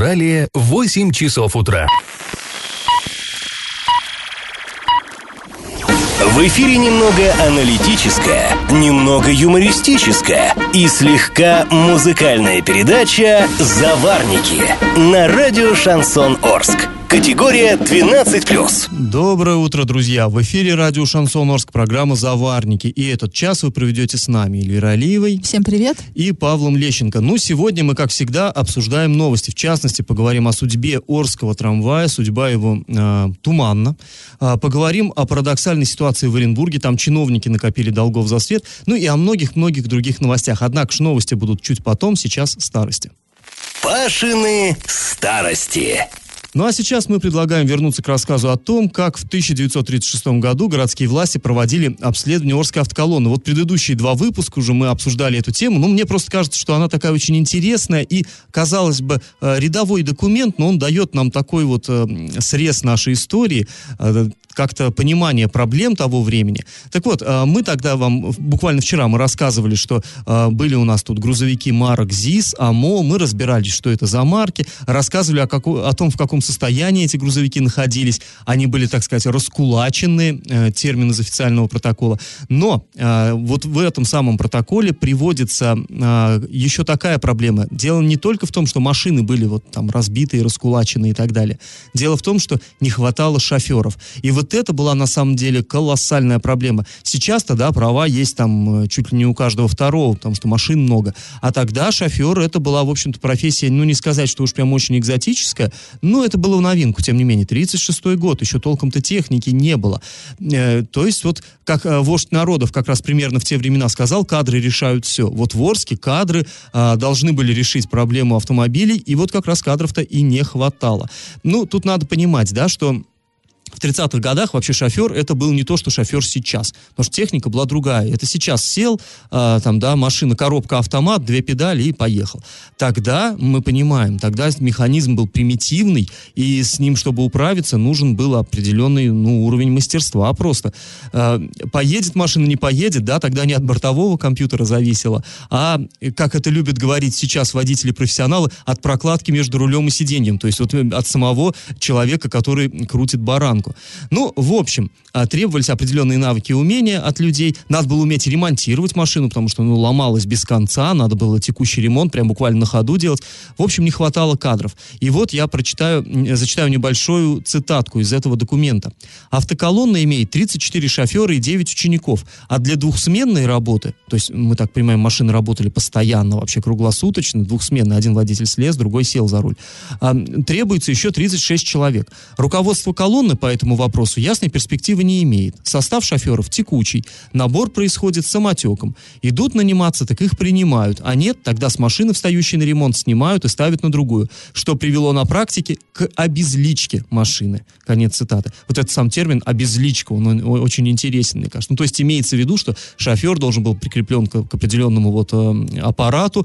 Австралия, 8 часов утра. В эфире немного аналитическая, немного юмористическая и слегка музыкальная передача «Заварники» на радио «Шансон Орск». Категория 12+. Доброе утро, друзья! В эфире радио «Шансон Орск», программа «Заварники». И этот час вы проведете с нами Эльвирой Алиевой. Всем привет! И Павлом Лещенко. Сегодня мы, как всегда, обсуждаем новости. В частности, поговорим о судьбе Орского трамвая. Судьба его туманна. Поговорим о парадоксальной ситуации в Оренбурге. Там чиновники накопили долгов за свет. И о многих-многих других новостях. Однако же новости будут чуть потом, сейчас старости. Пашины старости. А сейчас мы предлагаем вернуться к рассказу о том, как в 1936 году городские власти проводили обследование Орской автоколонны. Предыдущие 2 выпуска уже мы обсуждали эту тему, мне просто кажется, что она такая очень интересная и, казалось бы, рядовой документ, но он дает нам такой срез нашей истории, как-то понимание проблем того времени. Так вот, мы тогда буквально вчера мы рассказывали, что были у нас тут грузовики марок ЗИС, АМО, мы разбирались, что это за марки, рассказывали о том, в каком состоянии эти грузовики находились. Они были, так сказать, раскулачены, термин из официального протокола. Но в этом самом протоколе приводится еще такая проблема. Дело не только в том, что машины были разбитые, раскулаченные и так далее. Дело в том, что не хватало шоферов. И это была на самом деле колоссальная проблема. Сейчас-то, права есть чуть ли не у каждого второго, потому что машин много. А тогда шофер, это была, в общем-то, профессия, не сказать, что уж прям очень экзотическая, но это было в новинку, тем не менее. 36-й год, еще толком-то техники не было. То есть, как вождь народов как раз примерно в те времена сказал, кадры решают все. В Орске кадры должны были решить проблему автомобилей, и как раз кадров-то и не хватало. Тут надо понимать, что в 30-х годах вообще шофер это был не то, что шофер сейчас. Потому что техника была другая. Это сейчас сел, машина, коробка, автомат, 2 педали и поехал. Тогда, мы понимаем, механизм был примитивный, и с ним, чтобы управиться, нужен был определенный уровень мастерства просто. Поедет машина, не поедет, тогда не от бортового компьютера зависело, а, как это любят говорить сейчас водители-профессионалы, от прокладки между рулем и сиденьем. То есть от самого человека, который крутит баранку. В общем, требовались определенные навыки и умения от людей. Надо было уметь ремонтировать машину, потому что ломалась без конца, надо было текущий ремонт прям буквально на ходу делать. В общем, не хватало кадров. И я зачитаю небольшую цитатку из этого документа. Автоколонна имеет 34 шофера и 9 учеников, а для двухсменной работы, то есть, мы так понимаем, машины работали постоянно, вообще круглосуточно, двухсменный, один водитель слез, другой сел за руль, требуется еще 36 человек. Руководство колонны по этому вопросу ясной перспективы не имеет. Состав шоферов текучий, набор происходит самотеком. Идут наниматься, так их принимают, а нет, тогда с машины, встающей на ремонт, снимают и ставят на другую, что привело на практике к обезличке машины. Конец цитаты. Этот сам термин «обезличка», он очень интересен, мне кажется. То есть имеется в виду, что шофер должен был прикреплен к определенному аппарату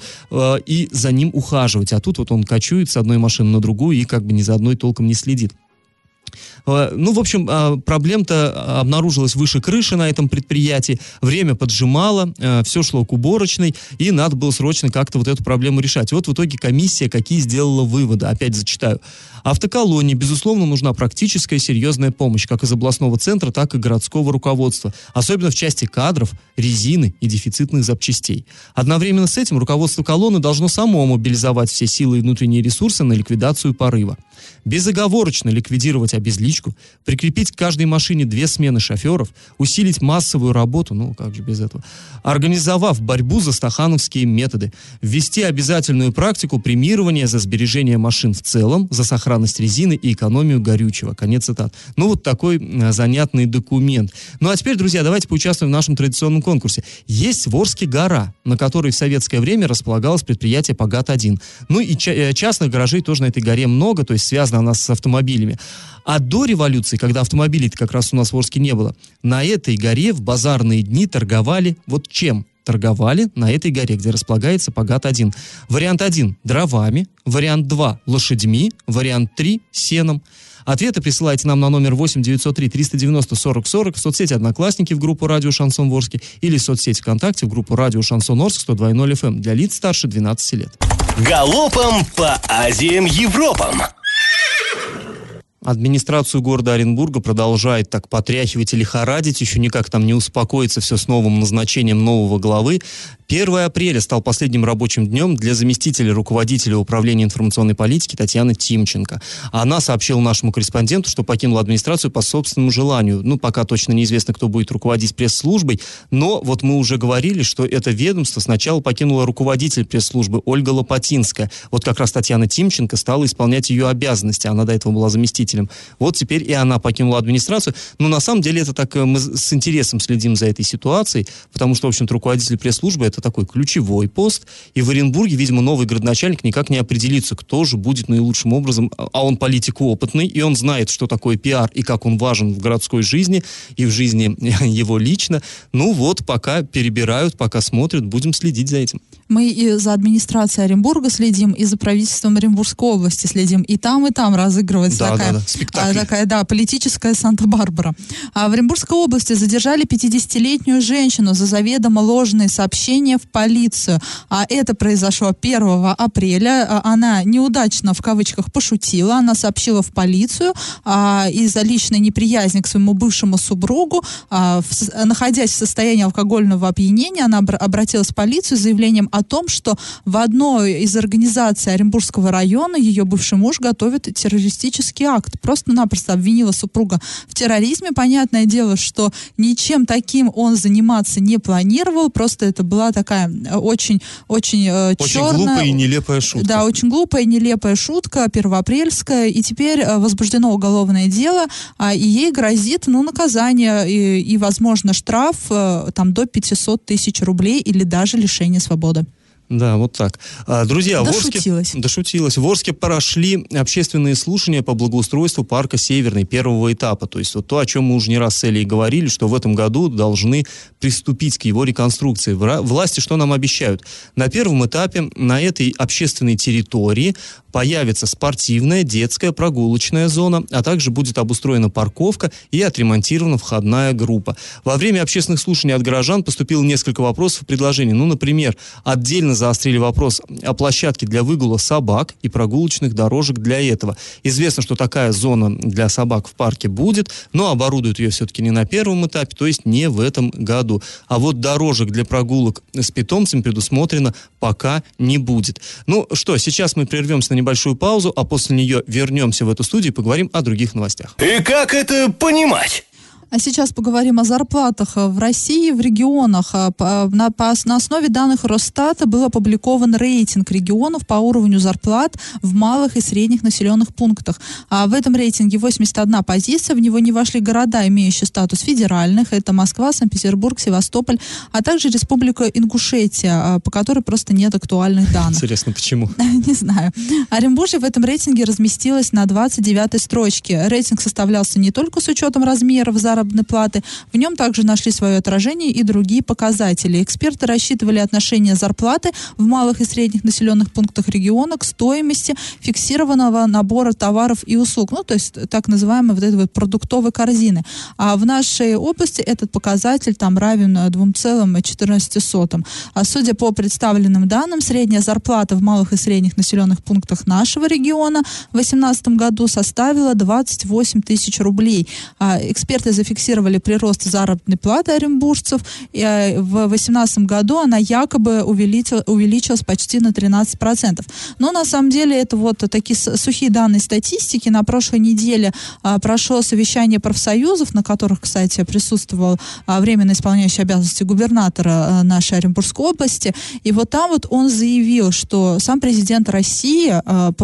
и за ним ухаживать, а тут он кочует с одной машины на другую и ни за одной толком не следит. В общем, проблем-то обнаружилась выше крыши на этом предприятии, время поджимало, все шло к уборочной, и надо было срочно как-то эту проблему решать. В итоге комиссия какие сделала выводы, опять зачитаю. Автоколонне, безусловно, нужна практическая и серьезная помощь, как из областного центра, так и городского руководства, особенно в части кадров, резины и дефицитных запчастей. Одновременно с этим руководство колонны должно само мобилизовать все силы и внутренние ресурсы на ликвидацию порыва. Безоговорочно ликвидировать обезличку, прикрепить к каждой машине 2 смены шоферов, усилить массовую работу, как же без этого, организовав борьбу за стахановские методы, ввести обязательную практику премирования за сбережение машин в целом, за сохранность резины и экономию горючего. Конец цитат. Такой занятный документ. А теперь, друзья, давайте поучаствуем в нашем традиционном конкурсе. Есть в Орске гора, на которой в советское время располагалось предприятие «Пагат-1». И частных гаражей тоже на этой горе много, то есть связана она с автомобилями. А до революции, когда автомобилей-то как раз у нас в Орске не было, на этой горе в базарные дни торговали чем? Торговали на этой горе, где располагается Пагат-1. Вариант 1 – дровами, вариант 2 – лошадьми, вариант 3 – сеном. Ответы присылайте нам на номер 8 903 390 40 40 в соцсети «Одноклассники» в группу «Радио Шансон Ворске» или в соцсети ВКонтакте в группу «Радио Шансон Орск» 102.0 FM для лиц старше 12 лет. Галопом по Азиям, Европам. Администрацию города Оренбурга продолжает так потряхивать и лихорадить, еще никак там не успокоится все с новым назначением нового главы. 1 апреля стал последним рабочим днем для заместителя руководителя управления информационной политики Татьяны Тимченко. Она сообщила нашему корреспонденту, что покинула администрацию по собственному желанию. Пока точно неизвестно, кто будет руководить пресс-службой, но вот мы уже говорили, что это ведомство сначала покинула руководитель пресс-службы Ольга Лопатинская. Вот как раз Татьяна Тимченко стала исполнять ее обязанности, она до этого была заместителем. Вот теперь и она покинула администрацию. Но на самом деле это так, мы с интересом следим за этой ситуацией, потому что, в общем-то, руководитель пресс-службы — это такой ключевой пост, и в Оренбурге, видимо, новый градоначальник никак не определится, кто же будет наилучшим образом, а он политик опытный, и он знает, что такое пиар и как он важен в городской жизни и в жизни его лично. Пока перебирают, пока смотрят, будем следить за этим. Мы и за администрацией Оренбурга следим, и за правительством Оренбургской области следим. И там разыгрывается такая политическая Санта-Барбара. В Оренбургской области задержали 50-летнюю женщину за заведомо ложные сообщения в полицию. Это произошло 1 апреля. Она неудачно, в кавычках, пошутила. Она сообщила в полицию из-за личной неприязни к своему бывшему супругу. Находясь в состоянии алкогольного опьянения, она обратилась в полицию с заявлением о том, что в одной из организаций Оренбургского района ее бывший муж готовит террористический акт. Просто-напросто обвинила супруга в терроризме. Понятное дело, что ничем таким он заниматься не планировал. Просто это была такая очень черная... Очень глупая и нелепая шутка. Да, очень глупая и нелепая шутка, первоапрельская. И теперь возбуждено уголовное дело, и ей грозит наказание и возможно, штраф до 500 тысяч рублей или даже лишение свободы. Да, вот так. Друзья, Дошутилась. В Орске прошли общественные слушания по благоустройству парка Северный первого этапа. То есть вот то, о чем мы уже не раз с Элей говорили, что в этом году должны приступить к его реконструкции. Власти что нам обещают? На первом этапе на этой общественной территории появится спортивная, детская, прогулочная зона, а также будет обустроена парковка и отремонтирована входная группа. Во время общественных слушаний от горожан поступило несколько вопросов и предложений. Например, отдельно заострили вопрос о площадке для выгула собак и прогулочных дорожек для этого. Известно, что такая зона для собак в парке будет, но оборудуют ее все-таки не на первом этапе, то есть не в этом году. А вот дорожек для прогулок с питомцами предусмотрено пока не будет. Сейчас мы прервемся на небольшую паузу, а после нее вернемся в эту студию и поговорим о других новостях. И как это понимать? А сейчас поговорим о зарплатах в России, в регионах. На основе данных Росстата был опубликован рейтинг регионов по уровню зарплат в малых и средних населенных пунктах. В этом рейтинге 81 позиция, в него не вошли города, имеющие статус федеральных. Это Москва, Санкт-Петербург, Севастополь, а также Республика Ингушетия, по которой просто нет актуальных данных. Интересно, почему? Не знаю. Оренбуржье в этом рейтинге разместилось на 29-й строчке. Рейтинг составлялся не только с учетом размеров заработной платы, в нем также нашли свое отражение и другие показатели. Эксперты рассчитывали отношение зарплаты в малых и средних населенных пунктах региона к стоимости фиксированного набора товаров и услуг, то есть так называемой продуктовой корзины. А в нашей области этот показатель равен 2,14. А судя по представленным данным, средняя зарплата в малых и средних населенных пунктах нашего региона в 2018 году составила 28 тысяч рублей. Эксперты зафиксировали прирост заработной платы оренбуржцев. И в 2018 году она якобы увеличилась почти на 13%. Но на самом деле это такие сухие данные статистики. На прошлой неделе прошло совещание профсоюзов, на которых, кстати, присутствовал временно исполняющий обязанности губернатора нашей Оренбургской области. И там он заявил, что сам президент России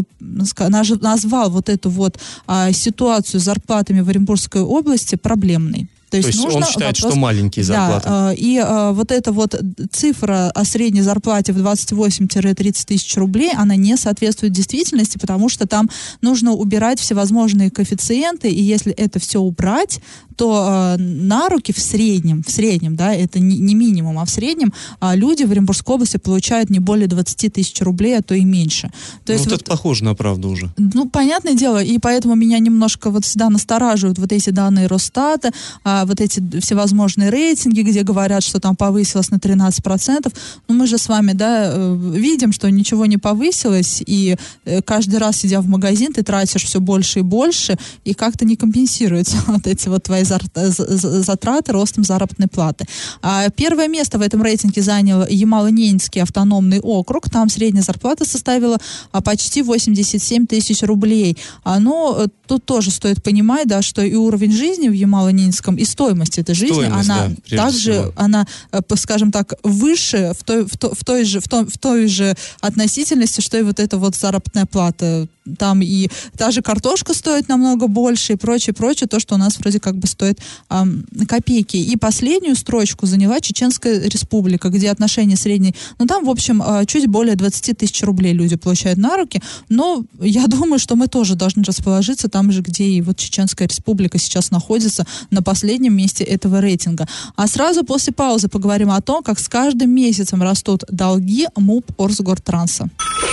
назвал эту ситуацию с зарплатами в Оренбургской области проблемной. То есть он считает, что маленькие зарплаты. Да, и эта цифра о средней зарплате в 28-30 тысяч рублей, она не соответствует действительности, потому что там нужно убирать всевозможные коэффициенты, и если это все убрать, то на руки в среднем, да, это не минимум, а в среднем люди в Оренбургской области получают не более 20 тысяч рублей, а то и меньше. То есть это похоже на правду уже. Понятное дело, и поэтому меня немножко всегда настораживают эти данные Росстата. вот эти всевозможные рейтинги, где говорят, что там повысилось на 13%. Но мы же с вами, да, видим, что ничего не повысилось, и каждый раз, идя в магазин, ты тратишь все больше и больше, и как-то не компенсируются вот эти вот твои затраты ростом заработной платы. Первое место в этом рейтинге занял Ямало-Ненецкий автономный округ. Там средняя зарплата составила почти 87 тысяч рублей. Но тут тоже стоит понимать, да, что и уровень жизни в Ямало-Ненецком, и стоимость этой жизни, она также, она, скажем так, выше в той же относительности, что и вот эта вот заработная плата. Там и та же картошка стоит намного больше и прочее, то, что у нас вроде как бы стоит копейки. И последнюю строчку заняла Чеченская Республика, где отношение средней, ну там, в общем, чуть более 20 тысяч рублей люди получают на руки, но я думаю, что мы тоже должны расположиться там же, где и вот Чеченская Республика сейчас находится, на последнем месте этого рейтинга. А сразу после паузы поговорим о том, как с каждым месяцем растут долги МУП Орсгортранса.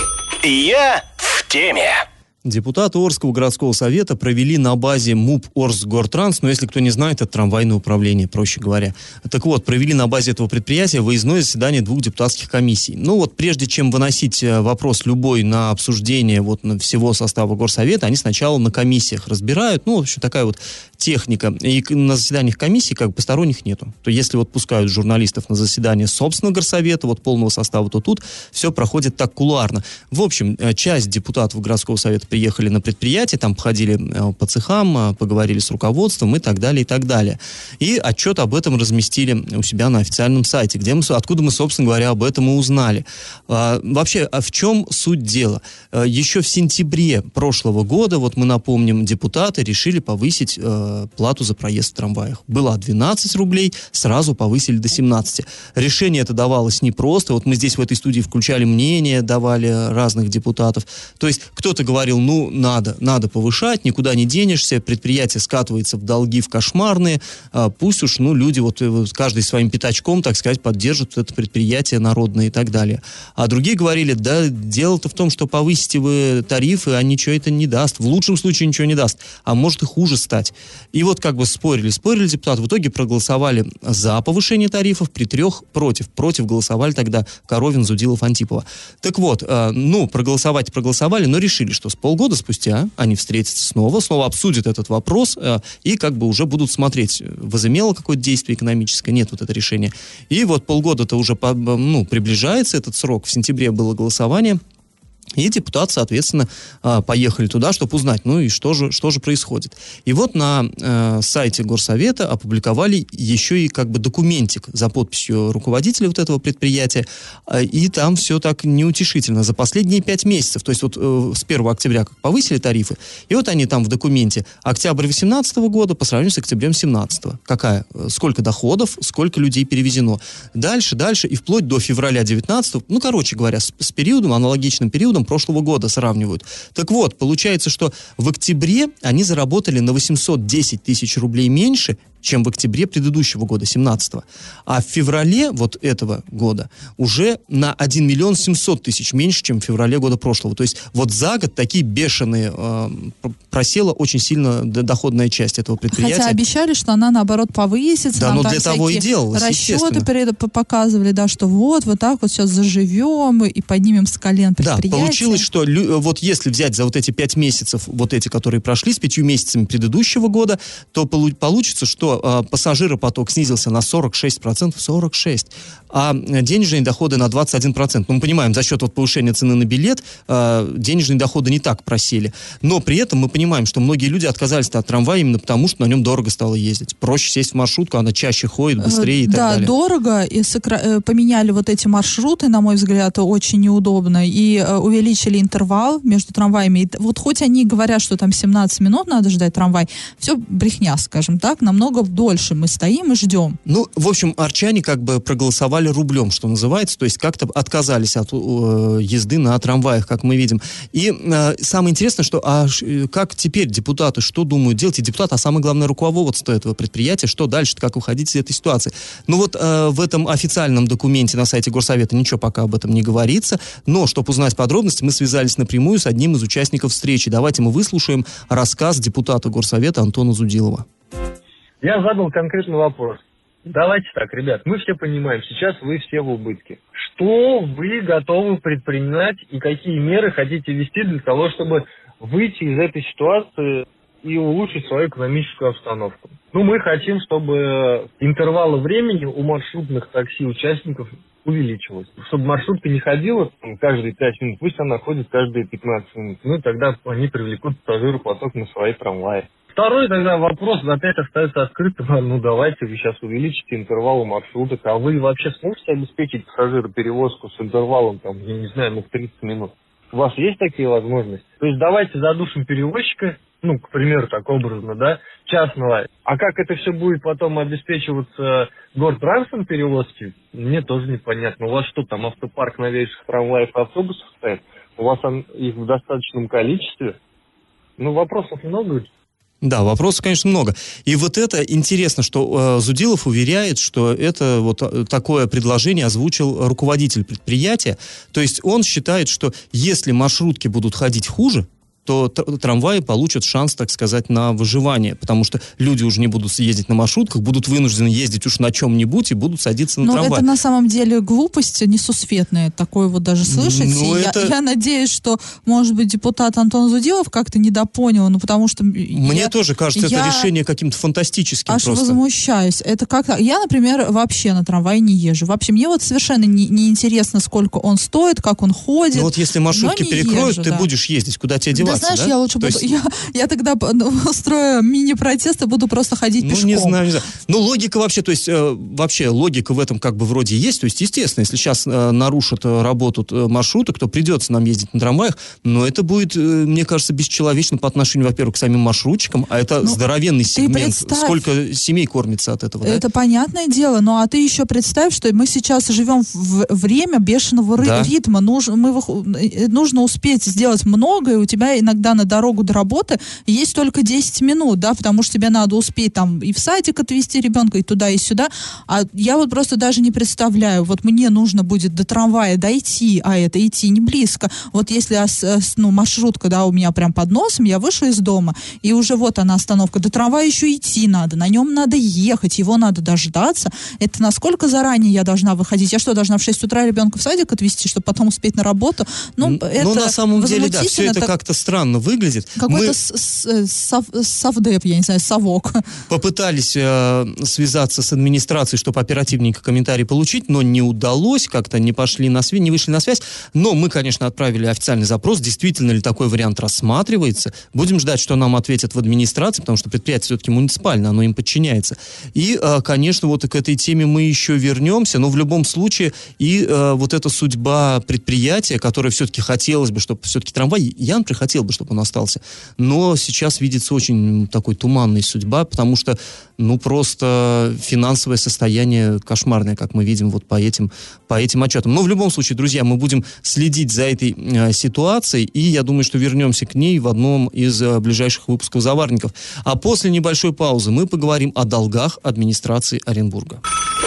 Я в теме. Депутаты Орского городского совета провели на базе МУП Орсгортранс, но если кто не знает, это трамвайное управление, проще говоря. Так вот, провели на базе этого предприятия выездное заседание 2 депутатских комиссий. Ну вот, прежде чем выносить вопрос любой на обсуждение вот на всего состава горсовета, они сначала на комиссиях разбирают, ну, в общем, такая вот техника. И на заседаниях комиссий как бы посторонних нету. То если вот пускают журналистов на заседание собственного горсовета, вот полного состава, то тут все проходит так кулуарно. В общем, часть депутатов городского совета приехали на предприятие, там походили по цехам, поговорили с руководством и так далее, и так далее. И отчет об этом разместили у себя на официальном сайте, откуда мы, собственно говоря, об этом и узнали. Вообще, в чем суть дела? Еще в сентябре прошлого года, вот мы напомним, депутаты решили повысить плату за проезд в трамваях. Была 12 рублей, сразу повысили до 17. Решение это давалось непросто. Вот мы здесь в этой студии включали мнения, давали разных депутатов. То есть кто-то говорил, ну, надо повышать, никуда не денешься, предприятие скатывается в долги, в кошмарные, пусть уж, ну, люди вот каждый своим пятачком, так сказать, поддержат это предприятие народное и так далее. А другие говорили, да, дело-то в том, что повысите вы тарифы, а ничего это не даст. В лучшем случае ничего не даст, а может и хуже стать. И вот как бы спорили депутаты, в итоге проголосовали за повышение тарифов, при 3 против. Против голосовали тогда Коровин, Зудилов, Антипова. Так вот, проголосовали, но решили, что с полгода спустя они встретятся снова обсудят этот вопрос и как бы уже будут смотреть, возымело какое-то действие экономическое, нет вот это решение. И вот полгода-то уже приближается этот срок, в сентябре было голосование, и депутаты, соответственно, поехали туда, чтобы узнать, ну и что же происходит. И вот на сайте Горсовета опубликовали еще и как бы документик за подписью руководителя вот этого предприятия, и там все так неутешительно. За последние 5 месяцев, то есть вот с 1 октября как повысили тарифы, и вот они там в документе октябрь 2018 года по сравнению с октябрем 2017. Сколько доходов, сколько людей перевезено. Дальше, и вплоть до февраля 2019, ну, короче говоря, с периодом, аналогичным периодом прошлого года сравнивают. Так вот, получается, что в октябре они заработали на 810 тысяч рублей меньше, чем в октябре предыдущего года, 17-го. А в феврале вот этого года уже на 1 миллион 700 тысяч меньше, чем в феврале года прошлого. То есть вот за год такие бешеные просела очень сильно доходная часть этого предприятия. Хотя обещали, что она, наоборот, повысится. Да, но для того и делалось, расчеты показывали, да, что вот так вот сейчас заживем и поднимем с колен предприятие. Да, получилось, что вот если взять за вот эти 5 месяцев, вот эти, которые прошли с 5 месяцами предыдущего года, то получится, что пассажиропоток снизился на 46%, 46%, а денежные доходы на 21%. Ну, мы понимаем, за счет вот повышения цены на билет денежные доходы не так просели. Но при этом мы понимаем, что многие люди отказались от трамвая именно потому, что на нем дорого стало ездить. Проще сесть в маршрутку, она чаще ходит, быстрее и так далее. Да, дорого, и поменяли вот эти маршруты, на мой взгляд, очень неудобно, и увеличили интервал между трамваями. И вот хоть они говорят, что там 17 минут надо ждать трамвай, все брехня, скажем так, намного дольше мы стоим и ждем. Ну, в общем, арчане как бы проголосовали рублем, что называется, то есть как-то отказались от езды на трамваях, как мы видим. И самое интересное, что как теперь депутаты, что думают делать, и депутаты, а самое главное, руководство этого предприятия, что дальше, как выходить из этой ситуации. Ну вот в этом официальном документе на сайте Горсовета ничего пока об этом не говорится, но, чтобы узнать подробности, мы связались напрямую с одним из участников встречи. Давайте мы выслушаем рассказ депутата Горсовета Антона Зудилова. Я задал конкретный вопрос. Давайте так, ребят, мы все понимаем, сейчас вы все в убытке. Что вы готовы предпринять и какие меры хотите ввести для того, чтобы выйти из этой ситуации и улучшить свою экономическую обстановку? Мы хотим, чтобы интервалы времени у маршрутных такси участников увеличилось. Чтобы маршрутка не ходила каждые 5 минут, пусть она ходит каждые 15 минут. И тогда они привлекут пассажиропоток на свои трамваи. Второй тогда вопрос опять остается открытым. Давайте вы сейчас увеличите интервал у маршруток, а вы вообще сможете обеспечить пассажироперевозку с интервалом, в 30 минут? У вас есть такие возможности? То есть давайте задушим перевозчика, к примеру, так образно, частного. А как это все будет потом обеспечиваться гортрансом перевозки, мне тоже непонятно. У вас что там, автопарк новейших трамваев и автобусов стоит? У вас их в достаточном количестве? Вопросов много. Да, вопросов, конечно, много. И вот это интересно, что Зудилов уверяет, что это вот такое предложение озвучил руководитель предприятия. То есть он считает, что если маршрутки будут ходить хуже, то трамваи получат шанс, так сказать, на выживание, потому что люди уже не будут ездить на маршрутках, будут вынуждены ездить уж на чем-нибудь и будут садиться на трамвай. Но это на самом деле глупость несусветная, такое вот даже слышать. Я надеюсь, что, может быть, депутат Антон Зудилов как-то недопонял, потому что... Мне тоже кажется, это решение каким-то фантастическим аж просто. Возмущаюсь. Это как-то... Я, например, вообще на трамвае не езжу. Вообще, мне вот совершенно не интересно, сколько он стоит, как он ходит. Вот если маршрутки перекроют, ты будешь ездить, куда тебе деваться? Знаешь, я лучше буду... Я тогда устрою мини-протест и буду просто ходить пешком. Не знаю. Логика вообще, то есть вообще логика в этом вроде есть. То есть, естественно, если сейчас нарушат работу маршруток, то придется нам ездить на трамваях, но это будет, мне кажется, бесчеловечно по отношению, во-первых, к самим маршрутчикам, а это здоровенный сегмент. Сколько семей кормится от этого, Это понятное дело, а ты еще представь, что мы сейчас живем в время бешеного ритма. Нужно успеть сделать много, и у тебя иногда на дорогу до работы есть только 10 минут, потому что тебе надо успеть и в садик отвезти ребенка, и туда, и сюда. А я вот просто даже не представляю, вот мне нужно будет до трамвая дойти, а это идти не близко. Вот если маршрутка, у меня прям под носом, я вышла из дома, и уже вот она остановка, до трамвая еще идти надо, на нем надо ехать, его надо дождаться. Это насколько заранее я должна выходить? Я что, должна в 6 утра ребенка в садик отвезти, чтобы потом успеть на работу? Это на самом деле, да, все это как-то странно выглядит. Какой-то совдеп, я не знаю, совок. Попытались связаться с администрацией, чтобы оперативненько комментарий получить, но не удалось, как-то не вышли на связь. Но мы, конечно, отправили официальный запрос, действительно ли такой вариант рассматривается. Будем ждать, что нам ответят в администрации, потому что предприятие все-таки муниципальное, оно им подчиняется. И, конечно, вот к этой теме мы еще вернемся, но в любом случае и вот эта судьба предприятия, которое все-таки хотелось бы, чтобы все-таки трамвай, я, например, хотел бы, чтобы он остался, но сейчас видится очень такой туманной судьба, потому что, просто финансовое состояние кошмарное, как мы видим вот по этим отчетам. Но в любом случае, друзья, мы будем следить за этой ситуацией, и я думаю, что вернемся к ней в одном из ближайших выпусков «Заварников». А после небольшой паузы мы поговорим о долгах администрации Оренбурга.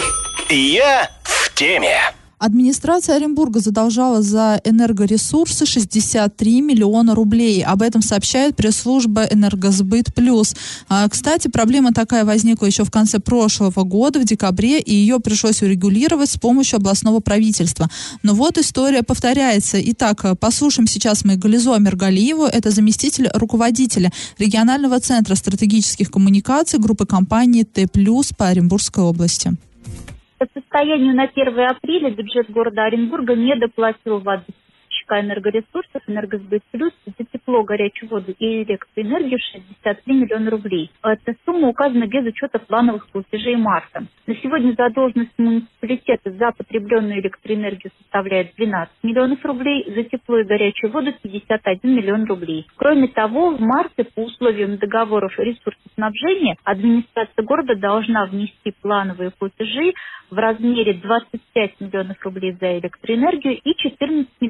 Я в теме. Администрация Оренбурга задолжала за энергоресурсы 63 миллиона рублей. Об этом сообщает пресс-служба «Энергосбыт Плюс». Кстати, проблема такая возникла еще в конце прошлого года, в декабре, и ее пришлось урегулировать с помощью областного правительства. Но вот история повторяется. Итак, послушаем сейчас мы Гализу Амиргалиеву. Это заместитель руководителя регионального центра стратегических коммуникаций группы компаний Т+, по Оренбургской области. По состоянию на 1 апреля бюджет города Оренбурга не доплатил воды энергоресурсов, «Энергосбыт Плюс» за тепло, горячую воду и электроэнергию 63 миллиона рублей. Эта сумма указана без учета плановых платежей марта. На сегодня задолженность муниципалитета за потребленную электроэнергию составляет 12 миллионов рублей, за тепло и горячую воду 51 миллион рублей. Кроме того, в марте по условиям договоров ресурсоснабжения администрация города должна внести плановые платежи в размере 25 миллионов рублей за электроэнергию и 14 миллионов рублей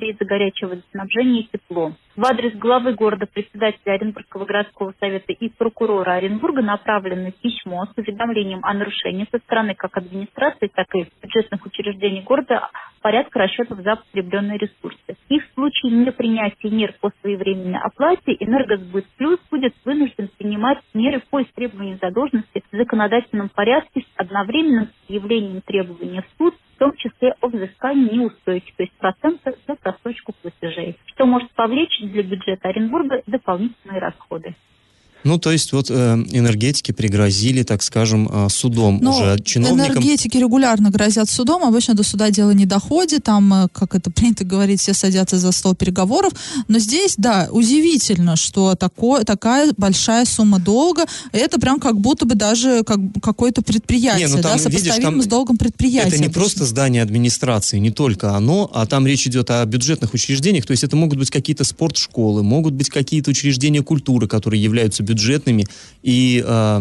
очередей за горячее водоснабжение и тепло. В адрес главы города, председателя Оренбургского городского совета и прокурора Оренбурга направлено письмо с уведомлением о нарушении со стороны как администрации, так и бюджетных учреждений города порядка расчетов за потребленные ресурсы. И в случае непринятия мер по своевременной оплате Энергосбыт Плюс будет вынужден принимать меры по истребованию задолженности в законодательном порядке с одновременным явлением требования в суд, в том числе о взыскании неустойки, то есть процента за просрочку платежей, что может повлечь для бюджета Оренбурга дополнительные расходы. Ну, то есть вот энергетики пригрозили, так скажем, судом уже чиновникам. Энергетики регулярно грозят судом, обычно до суда дело не доходит, там, как это принято говорить, все садятся за стол переговоров, но здесь, да, удивительно, что такая большая сумма долга, это прям как будто бы даже как какое-то предприятие, там, да, сопоставимо с долгом предприятия. Это не просто здание администрации, не только оно, а там речь идет о бюджетных учреждениях, то есть это могут быть какие-то спортшколы, могут быть какие-то учреждения культуры, которые являются бюджетными, и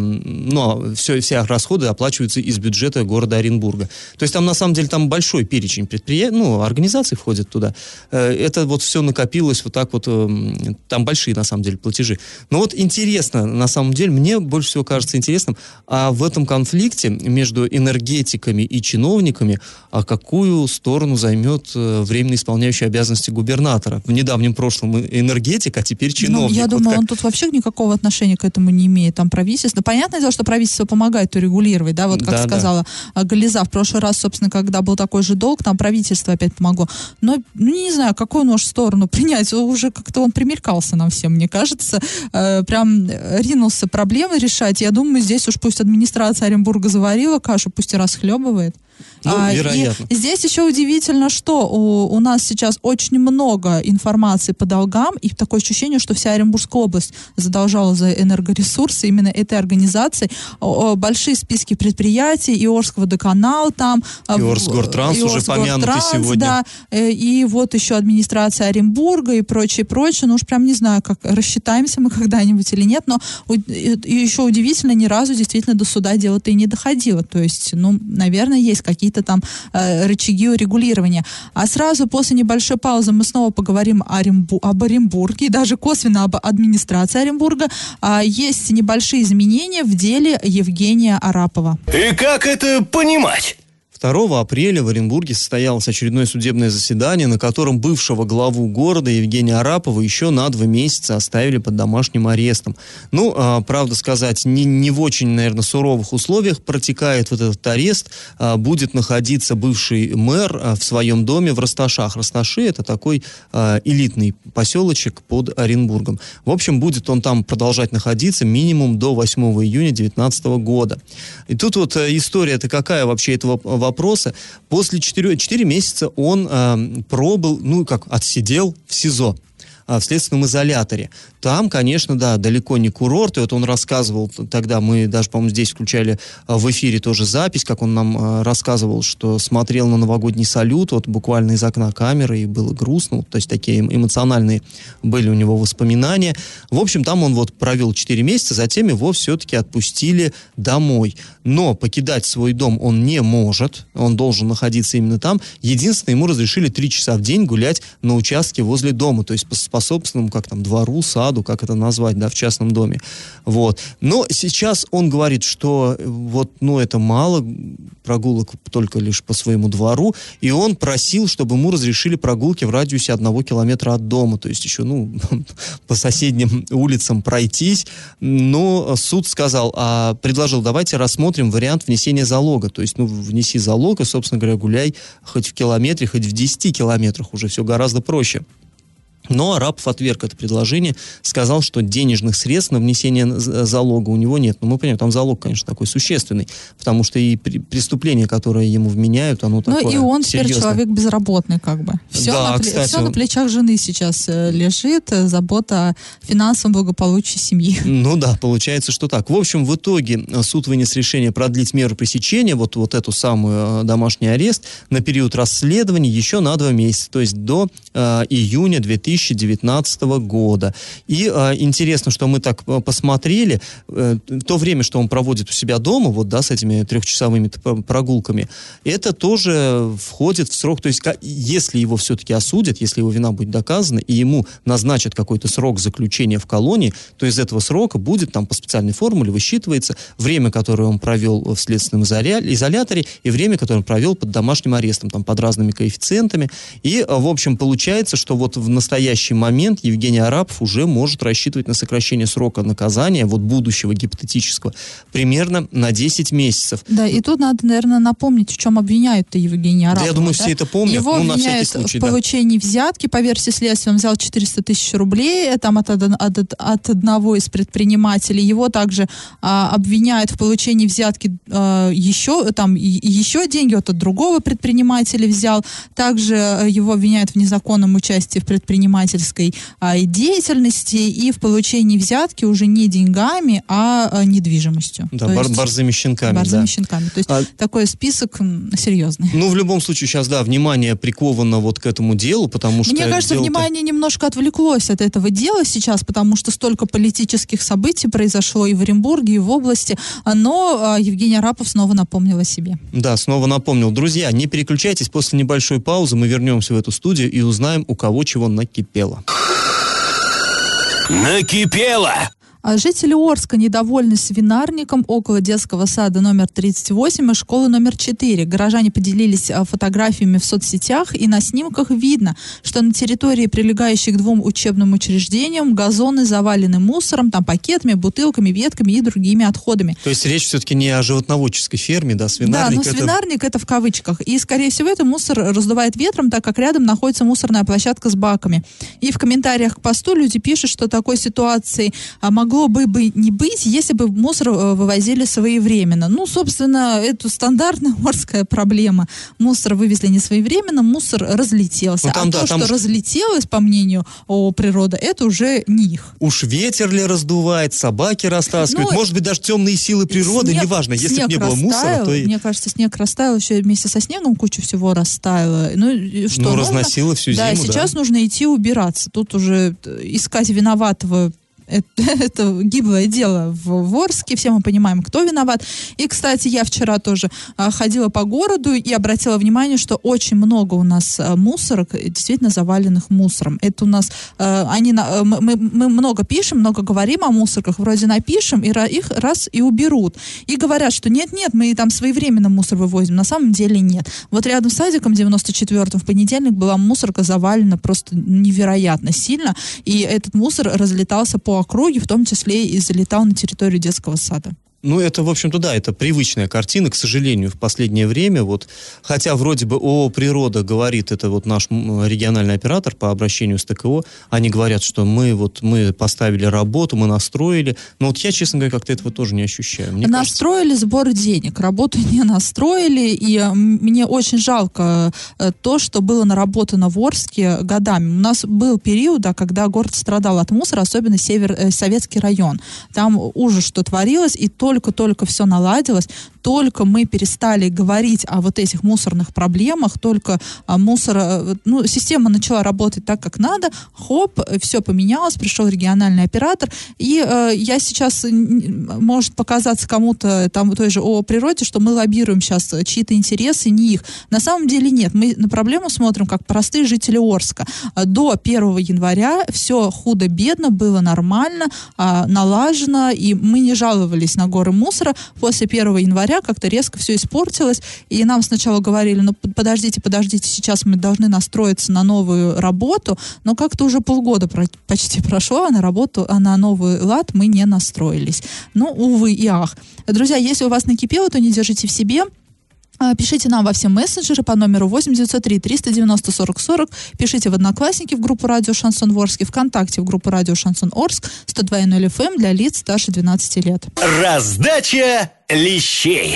все расходы оплачиваются из бюджета города Оренбурга. То есть там, на самом деле, там большой перечень предприятий, организаций входит туда. Это вот все накопилось вот так вот, там большие, на самом деле, платежи. Но вот интересно, на самом деле, мне больше всего кажется интересным, а в этом конфликте между энергетиками и чиновниками, а какую сторону займет временно исполняющий обязанности губернатора? В недавнем прошлом энергетик, а теперь чиновник. Я думаю, он тут вообще никакого отношения к этому не имеет, там правительство. Понятное дело, что правительство помогает урегулировать, да, вот как сказала Гализа в прошлый раз, собственно, когда был такой же долг, там правительство опять помогло. Но, не знаю, какую он сторону принять, уже как-то он примелькался нам всем, мне кажется, прям ринулся проблемы решать. Я думаю, здесь уж пусть администрация Оренбурга заварила кашу, пусть и расхлебывает. Вероятно. И здесь еще удивительно, что у нас сейчас очень много информации по долгам, и такое ощущение, что вся Оренбургская область задолжала за энергоресурсы именно этой организации. Большие списки предприятий, и Орскводоканал там, и Орсгортранс уже помянутый сегодня. Да, и вот еще администрация Оренбурга и прочее. Ну уж прям не знаю, как рассчитаемся мы когда-нибудь или нет, но еще удивительно, ни разу действительно до суда дело-то и не доходило. То есть, наверное, есть какие-то там рычаги урегулирования. А сразу после небольшой паузы мы снова поговорим об Оренбурге и даже косвенно об администрации Оренбурга. Есть небольшие изменения в деле Евгения Арапова. И как это понимать? 2 апреля в Оренбурге состоялось очередное судебное заседание, на котором бывшего главу города Евгения Арапова еще на 2 месяца оставили под домашним арестом. Правда сказать, не в очень, наверное, суровых условиях протекает вот этот арест. Будет находиться бывший мэр в своем доме в Расташах. Расташи — это такой элитный поселочек под Оренбургом. В общем, будет он там продолжать находиться минимум до 8 июня 2019 года. И тут вот история-то какая вообще этого вопроса? После 4 месяца он пробыл, отсидел в СИЗО, в следственном изоляторе. Там, конечно, да, далеко не курорт. И вот он рассказывал, тогда мы даже, по-моему, здесь включали в эфире тоже запись, как он нам рассказывал, что смотрел на новогодний салют, вот буквально из окна камеры, и было грустно. То есть такие эмоциональные были у него воспоминания. В общем, там он вот провел 4 месяца, затем его все-таки отпустили домой. Но покидать свой дом он не может, он должен находиться именно там. Единственное, ему разрешили 3 часа в день гулять на участке возле дома, то есть по собственному, двору, саду, как это назвать, да, в частном доме. Вот. Но сейчас он говорит, что это мало, прогулок только лишь по своему двору, и он просил, чтобы ему разрешили прогулки в радиусе 1 километра от дома, то есть еще, по соседним улицам пройтись, но суд предложил, давайте рассмотрим вариант внесения залога, то есть, внеси залог, и, собственно говоря, гуляй хоть в километре, хоть в 10 километрах, уже все гораздо проще. Но Арапов отверг это предложение, сказал, что денежных средств на внесение залога у него нет. Но мы понимаем, там залог, конечно, такой существенный, потому что и преступление, которое ему вменяют, оно такое серьезное. И он теперь человек безработный, Все, все на плечах жены сейчас лежит, забота о финансовом благополучии семьи. Получается, что так. В общем, в итоге суд вынес решение продлить меру пресечения, вот эту самую домашний арест, на период расследования еще на 2 месяца, то есть до июня 2019 2019 года. И интересно, что мы так посмотрели, то время, что он проводит у себя дома, вот, да, с этими 3-часовыми прогулками, это тоже входит в срок, то есть если его все-таки осудят, если его вина будет доказана, и ему назначат какой-то срок заключения в колонии, то из этого срока будет там по специальной формуле высчитывается время, которое он провел в следственном изоляторе, и время, которое он провел под домашним арестом, там, под разными коэффициентами. И, в общем, получается, что вот в настоящий момент Евгений Арапов уже может рассчитывать на сокращение срока наказания, вот будущего гипотетического, примерно на 10 месяцев. Да, и тут надо, наверное, напомнить, в чем обвиняют-то Евгения Арапова. Да, я думаю, все это помнят. Его на всякий обвиняют случай, в получении взятки, по версии следствия, он взял 400 тысяч рублей, там от одного из предпринимателей. Его также обвиняют в получении взятки еще деньги от другого предпринимателя взял. Также его обвиняют в незаконном участии в предпринимательской деятельности и в получении взятки уже не деньгами, а недвижимостью. Да, борзыми щенками. Борзыми щенками. То есть такой список серьезный. Ну, в любом случае, сейчас, да, внимание приковано вот к этому делу, потому что... Мне кажется, внимание немножко отвлеклось от этого дела сейчас, потому что столько политических событий произошло и в Оренбурге, и в области, но Евгений Арапов снова напомнил о себе. Да, снова напомнил. Друзья, не переключайтесь, после небольшой паузы мы вернемся в эту студию и узнаем, у кого чего накипело. Накипело! Жители Орска недовольны свинарником около детского сада номер 38 и школы номер 4. Горожане поделились фотографиями в соцсетях, и на снимках видно, что на территории, прилегающей к 2 учебным учреждениям, газоны завалены мусором, там пакетами, бутылками, ветками и другими отходами. То есть речь все-таки не о животноводческой ферме, да, свинарник? Да, но свинарник это в кавычках. И, скорее всего, это мусор раздувает ветром, так как рядом находится мусорная площадка с баками. И в комментариях к посту люди пишут, что такой ситуации могло бы не быть, если бы мусор вывозили своевременно. Ну, собственно, это стандартная орская проблема. Мусор вывезли не своевременно, мусор разлетелся. Ну, что разлетелось, по мнению природы, это уже не их. Уж ветер ли раздувает, собаки растаскивают, может быть, даже темные силы природы, неважно, если бы не было мусора, то... Мне кажется, снег растаял, еще вместе со снегом куча всего растаяла. Разносило всю зиму, да. Сейчас нужно идти убираться. Тут уже искать виноватого. Это гиблое дело в Орске, все мы понимаем, кто виноват. И, кстати, я вчера тоже ходила по городу и обратила внимание, что очень много у нас мусорок, действительно заваленных мусором. Это у нас, мы много пишем, много говорим о мусорках, вроде напишем, и их раз и уберут. И говорят, что нет, мы там своевременно мусор вывозим. На самом деле нет. Вот рядом с садиком 94-м в понедельник была мусорка завалена просто невероятно сильно, и этот мусор разлетался по округе, в том числе и залетал на территорию детского сада. Ну, это, в общем-то, да, это привычная картина, к сожалению, в последнее время. Вот, хотя вроде бы ООО «Природа» говорит, это вот наш региональный оператор по обращению с ТКО, они говорят, что мы поставили работу, мы настроили. Но вот я, честно говоря, как-то этого тоже не ощущаю. Настроили сбор денег, работу не настроили, и мне очень жалко то, что было наработано в Орске годами. У нас был период, когда город страдал от мусора, особенно Советский район. Там ужас, что творилось, и только все наладилось, только мы перестали говорить о вот этих мусорных проблемах, только система начала работать так, как надо, все поменялось, пришел региональный оператор, и я сейчас, может показаться кому-то там той же ООО «Природе», что мы лоббируем сейчас чьи-то интересы, не их. На самом деле нет, мы на проблему смотрим как простые жители Орска. До 1 января все худо-бедно, было нормально, налажено, и мы не жаловались на горы мусора. После 1 января как-то резко все испортилось, и нам сначала говорили, подождите, сейчас мы должны настроиться на новую работу, но как-то уже полгода почти прошло, а на новый лад мы не настроились. Увы и ах. Друзья, если у вас накипело, то не держите в себе. Пишите нам во все мессенджеры по номеру 8-903-390-40-40. Пишите в Одноклассники в группу «Радио Шансон Орск», ВКонтакте в группу «Радио Шансон Орск», 102.0 FM для лиц старше 12 лет. Раздача лещей.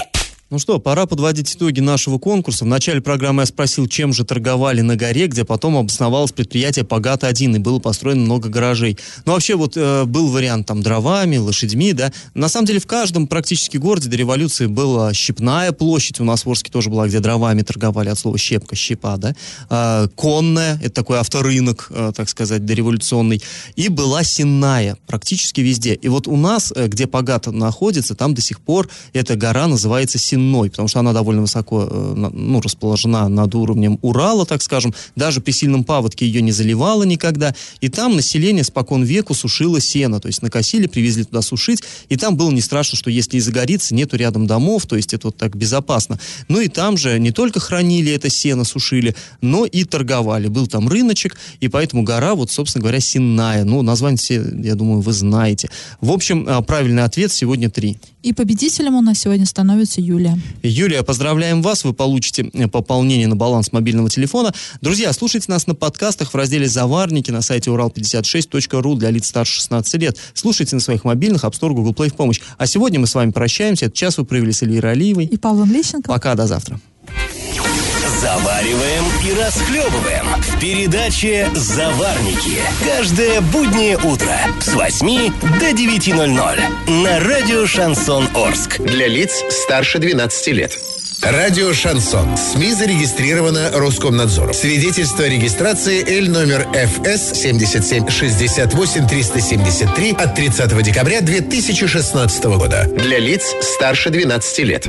Ну что, пора подводить итоги нашего конкурса. В начале программы я спросил, чем же торговали на горе, где потом обосновалось предприятие «Пагат-1», и было построено много гаражей. Ну, вообще, вот был вариант там дровами, лошадьми, да. На самом деле, в каждом практически городе до революции была щепная площадь, у нас в Орске тоже была, где дровами торговали, от слова щепка, щепа, да. Конная, это такой авторынок, так сказать, дореволюционный. И была сенная, практически везде. И вот у нас, где «Пагат» находится, там до сих пор эта гора называется Сенной, потому что она довольно высоко расположена над уровнем Урала, так скажем. Даже при сильном паводке ее не заливало никогда. И там население спокон веку сушило сено. То есть накосили, привезли туда сушить. И там было не страшно, что если и загорится, нету рядом домов. То есть это вот так безопасно. Ну и там же не только хранили это сено, сушили, но и торговали. Был там рыночек, и поэтому гора, вот, собственно говоря, Сенная. Ну, название все, я думаю, вы знаете. В общем, правильный ответ сегодня 3. И победителем у нас сегодня становится Юлия. Юлия, поздравляем вас, вы получите пополнение на баланс мобильного телефона. Друзья, слушайте нас на подкастах в разделе «Заварники» на сайте урал56.ру для лиц старше 16 лет. Слушайте на своих мобильных, App Store, Google Play в помощь. А сегодня мы с вами прощаемся. Этот час вы провели с Ильей Алиевой и Павлом Лещенко. Пока, до завтра. Завариваем и расхлебываем в передаче «Заварники». Каждое буднее утро с 8 до 9:00 на радио «Шансон Орск». Для лиц старше 12 лет. Радио «Шансон». СМИ зарегистрировано Роскомнадзором. Свидетельство о регистрации Л номер ФС 77 68 373 от 30 декабря 2016 года. Для лиц старше 12 лет.